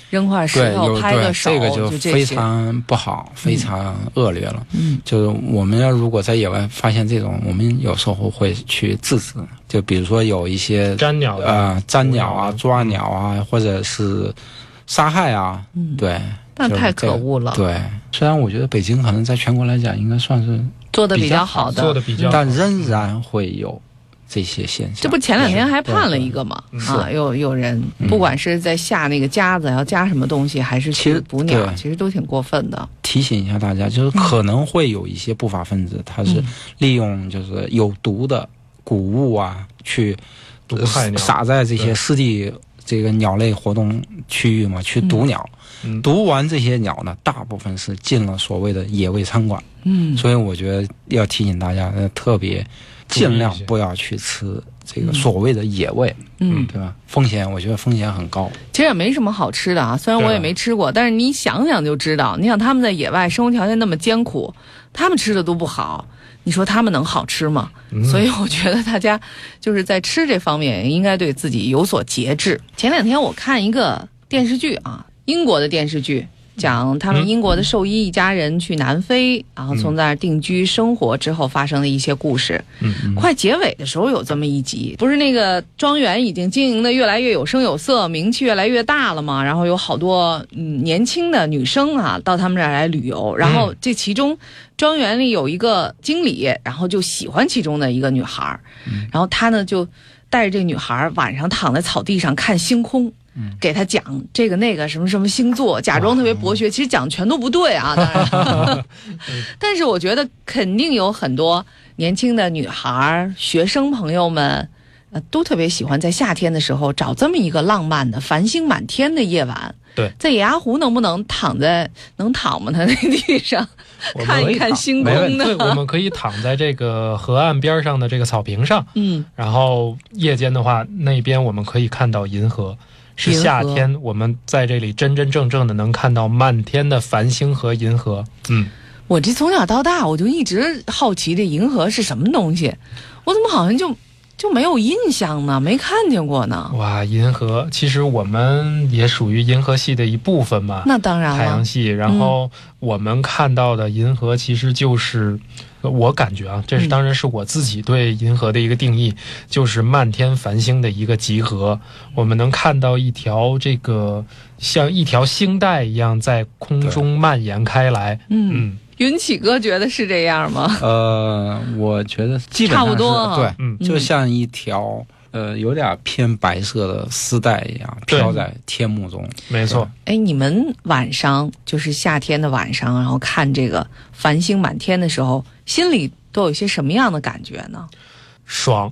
扔块石头拍个手， 这个就非常不好，非常恶劣了。就是我们要如果在野外发现这种，我们有时候会去制止。就比如说有一些粘鸟粘鸟啊、抓鸟啊，或者是杀害啊，对， 那太可恶了。 对，虽然我觉得北京可能在全国来讲应该算是做的比较好的， 但仍然会有这些现象。 这不前2天还判了一个嘛？有人不管是在下那个夹子要加什么东西，还是去捕鸟，其实都挺过分的。 提醒一下大家，就是可能会有一些不法分子，他是利用就是有毒的谷物啊，去撒在这些湿地这个鸟类活动区域嘛，去毒鸟。毒完这些鸟呢，大部分是进了所谓的野味餐馆。所以我觉得要提醒大家，特别尽量不要去吃这个所谓的野味，对吧？我觉得风险很高。 其实也没什么好吃的啊，虽然我也没吃过，但是你想想就知道，你想他们在野外生活条件那么艰苦，他们吃的都不好，你说他们能好吃吗？所以我觉得大家就是在吃这方面应该对自己有所节制。前2天我看一个电视剧啊，英国的电视剧，讲他们英国的兽医一家人去南非，然后从那儿定居生活之后发生的一些故事。快结尾的时候有这么一集，不是那个庄园已经经营的越来越有声有色，名气越来越大了嘛，然后有好多年轻的女生啊到他们这儿来旅游，然后这其中庄园里有一个经理，然后就喜欢其中的一个女孩，然后他呢就带着这女孩晚上躺在草地上看星空，给他讲这个那个什么什么星座，假装特别博学，其实讲全都不对啊，当然。但是我觉得肯定有很多年轻的女孩、学生朋友们，都特别喜欢在夏天的时候找这么一个浪漫的繁星满天的夜晚。 对， 在野鸭湖能不能躺吗？他那地上看一看星空呢？ 对，我们可以躺在这个河岸边上的这个草坪上，然后夜间的话，那边我们可以看到银河。是夏天，我们在这里真真正正的能看到漫天的繁星和银河。 我这从小到大我就一直好奇这银河是什么东西，我怎么好像就没有印象呢？没看见过呢。 哇，银河其实我们也属于银河系的一部分嘛。 那当然了， 太阳系。然后我们看到的银河其实就是我感觉啊，这是当然是我自己对银河的一个定义，就是漫天繁星的一个集合。我们能看到一条这个像一条星带一样在空中蔓延开来。 云起哥觉得是这样吗？ 我觉得基本上是差不多。 对，就像一条有点偏白色的丝带一样飘在天幕中。 没错。 哎，你们晚上就是夏天的晚上，然后看这个繁星满天的时候，心里都有些什么样的感觉呢？ 爽。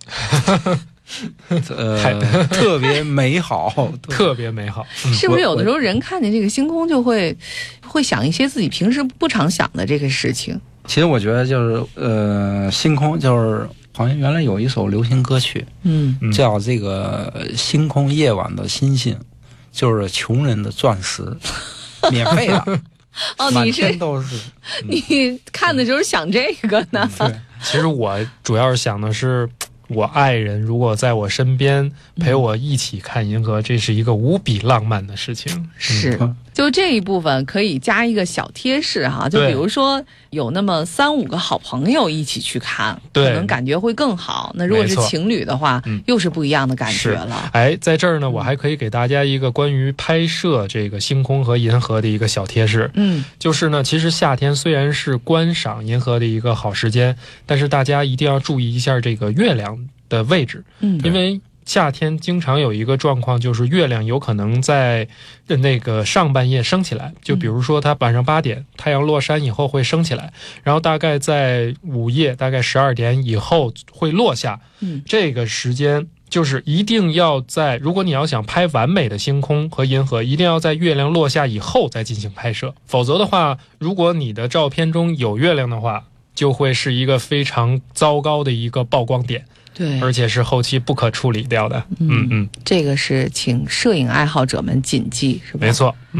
特别美好， 特别美好。 是不是有的时候人看见这个星空就会想一些自己平时不常想的这个事情？ 其实我觉得就是星空就是好像原来有一首流行歌曲，叫这个星空夜晚的星星，就是穷人的钻石，免费的。 哦， 满天都是。 你看的时候想这个呢？ 对，其实我主要是想的是，我爱人如果在我身边陪我一起看银河，这是一个无比浪漫的事情。 是，就这一部分可以加一个小贴士哈，就比如说有那么3-5个好朋友一起去看，可能感觉会更好。那如果是情侣的话，又是不一样的感觉了。 哎，在这儿呢，我还可以给大家一个关于拍摄这个星空和银河的一个小贴士。就是呢，其实夏天虽然是观赏银河的一个好时间，但是大家一定要注意一下这个月亮的位置。因为夏天经常有一个状况，就是月亮有可能在那个上半夜升起来，就比如说它晚上8点太阳落山以后会升起来，然后大概在午夜大概12点以后会落下。这个时间就是一定要在，如果你要想拍完美的星空和银河，一定要在月亮落下以后再进行拍摄，否则的话，如果你的照片中有月亮的话，就会是一个非常糟糕的一个曝光点。 对， 而且是后期不可处理掉的。 这个是请摄影爱好者们谨记，是吧？ 没错。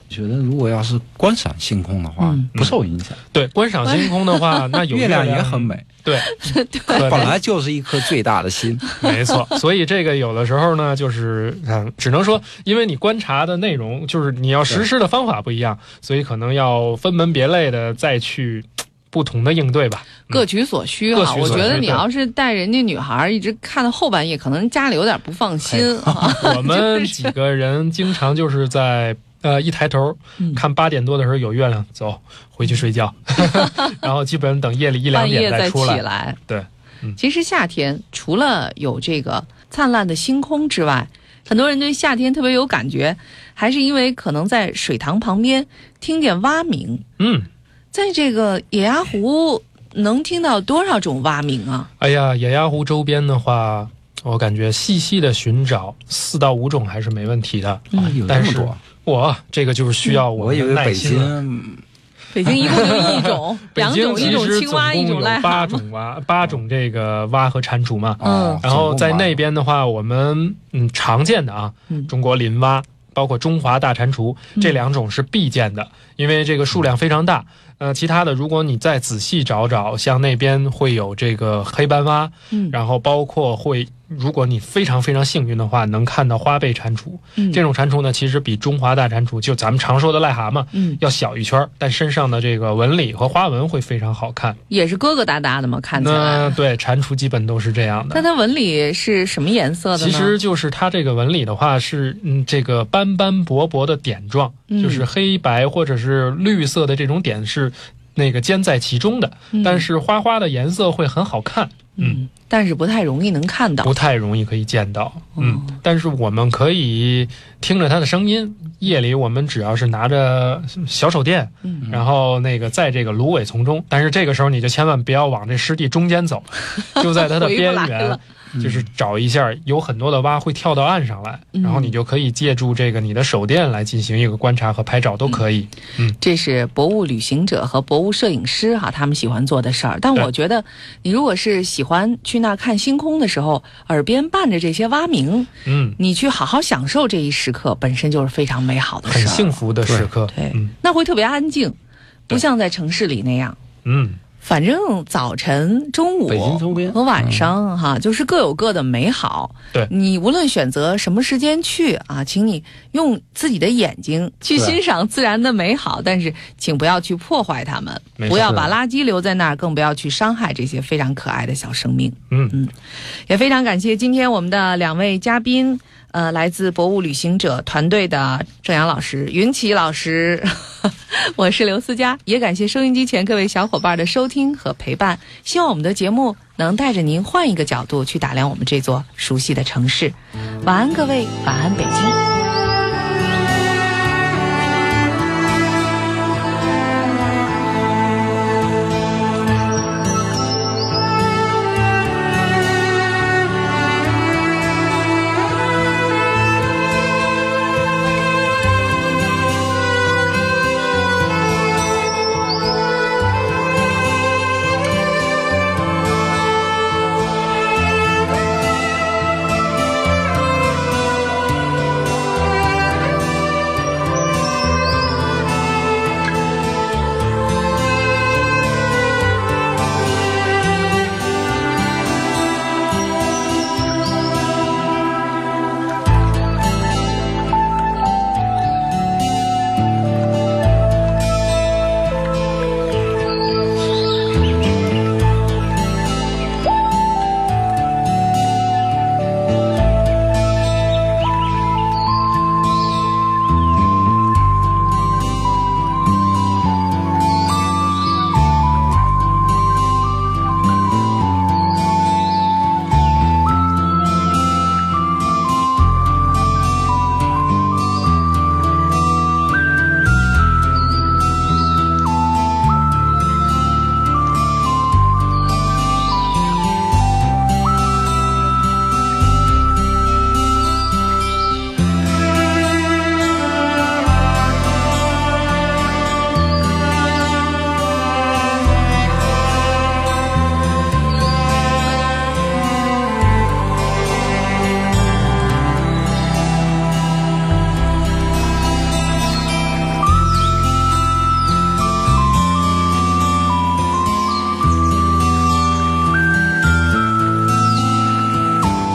觉得如果要是观赏星空的话，不受影响。 对，观赏星空的话，那有月亮也很美。 对， 本来就是一颗最大的心。 没错，所以这个有的时候呢，就是只能说，因为你观察的内容，就是你要实施的方法不一样，所以可能要分门别类的再去不同的应对吧， 各取所需啊。我觉得你要是带人家女孩一直看到后半夜，可能家里有点不放心啊。 我们几个人经常就是在一抬头看8点多的时候有月亮，走回去睡觉，然后基本上等夜里1、2点再出来。 起来。 对， 其实夏天除了有这个灿烂的星空之外，很多人对夏天特别有感觉，还是因为可能在水塘旁边听见蛙鸣。在这个野鸭湖能听到多少种蛙鸣啊？ 哎呀，野鸭湖周边的话，我感觉细细的寻找4到5种还是没问题的。 有这么多？ 这个就是需要我的耐心了。 北京一共就1种，2种，一种青蛙，一种癞蛤蟆，8种这个蛙和蟾蜍嘛。然后在那边的话，我们常见的啊，中国林蛙，包括中华大蟾蜍，这2种是必见的，因为这个数量非常大。其他的如果你再仔细找找，像那边会有这个黑斑蛙，然后包括如果你非常非常幸运的话，能看到花背蟾蜍。这种蟾蜍呢，其实比中华大蟾蜍，就咱们常说的癞蛤蟆，要小一圈，但身上的这个纹理和花纹会非常好看， 也是疙疙瘩瘩的嘛，看起来。 对，蟾蜍基本都是这样的。 但它纹理是什么颜色的呢？ 其实就是它这个纹理的话是这个斑斑驳驳的点状，就是黑白或者是绿色的这种点是那个兼在其中的，但是花花的颜色会很好看。 但是不太容易能看到， 不太容易可以见到。但是我们可以听着它的声音。夜里我们只要是拿着小手电，然后那个在这个芦苇丛中，但是这个时候你就千万不要往这湿地中间走，就在它的边缘。就是找一下，有很多的蛙会跳到岸上来，然后你就可以借助这个你的手电来进行一个观察和拍照都可以。 这是博物旅行者和博物摄影师他们喜欢做的事儿。但我觉得你如果是喜欢去那儿看星空的时候，耳边伴着这些蛙鸣，你去好好享受这一时刻，本身就是非常美好的事儿， 很幸福的时刻。 对，那会特别安静，不像在城市里那样。反正早晨、中午北京周边和晚上就是各有各的美好。 对， 你无论选择什么时间去请你用自己的眼睛去欣赏自然的美好，但是请不要去破坏它们，不要把垃圾留在那儿，更不要去伤害这些非常可爱的小生命。也非常感谢今天我们的2位嘉宾。来自博物旅行者团队的郑阳老师、云奇老师，我是刘思佳，也感谢收音机前各位小伙伴的收听和陪伴。希望我们的节目能带着您换一个角度去打量我们这座熟悉的城市。晚安各位，晚安北京。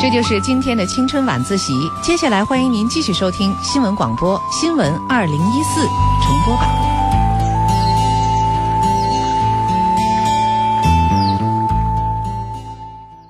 这就是今天的青春晚自习。接下来欢迎您继续收听新闻广播新闻2014重播版。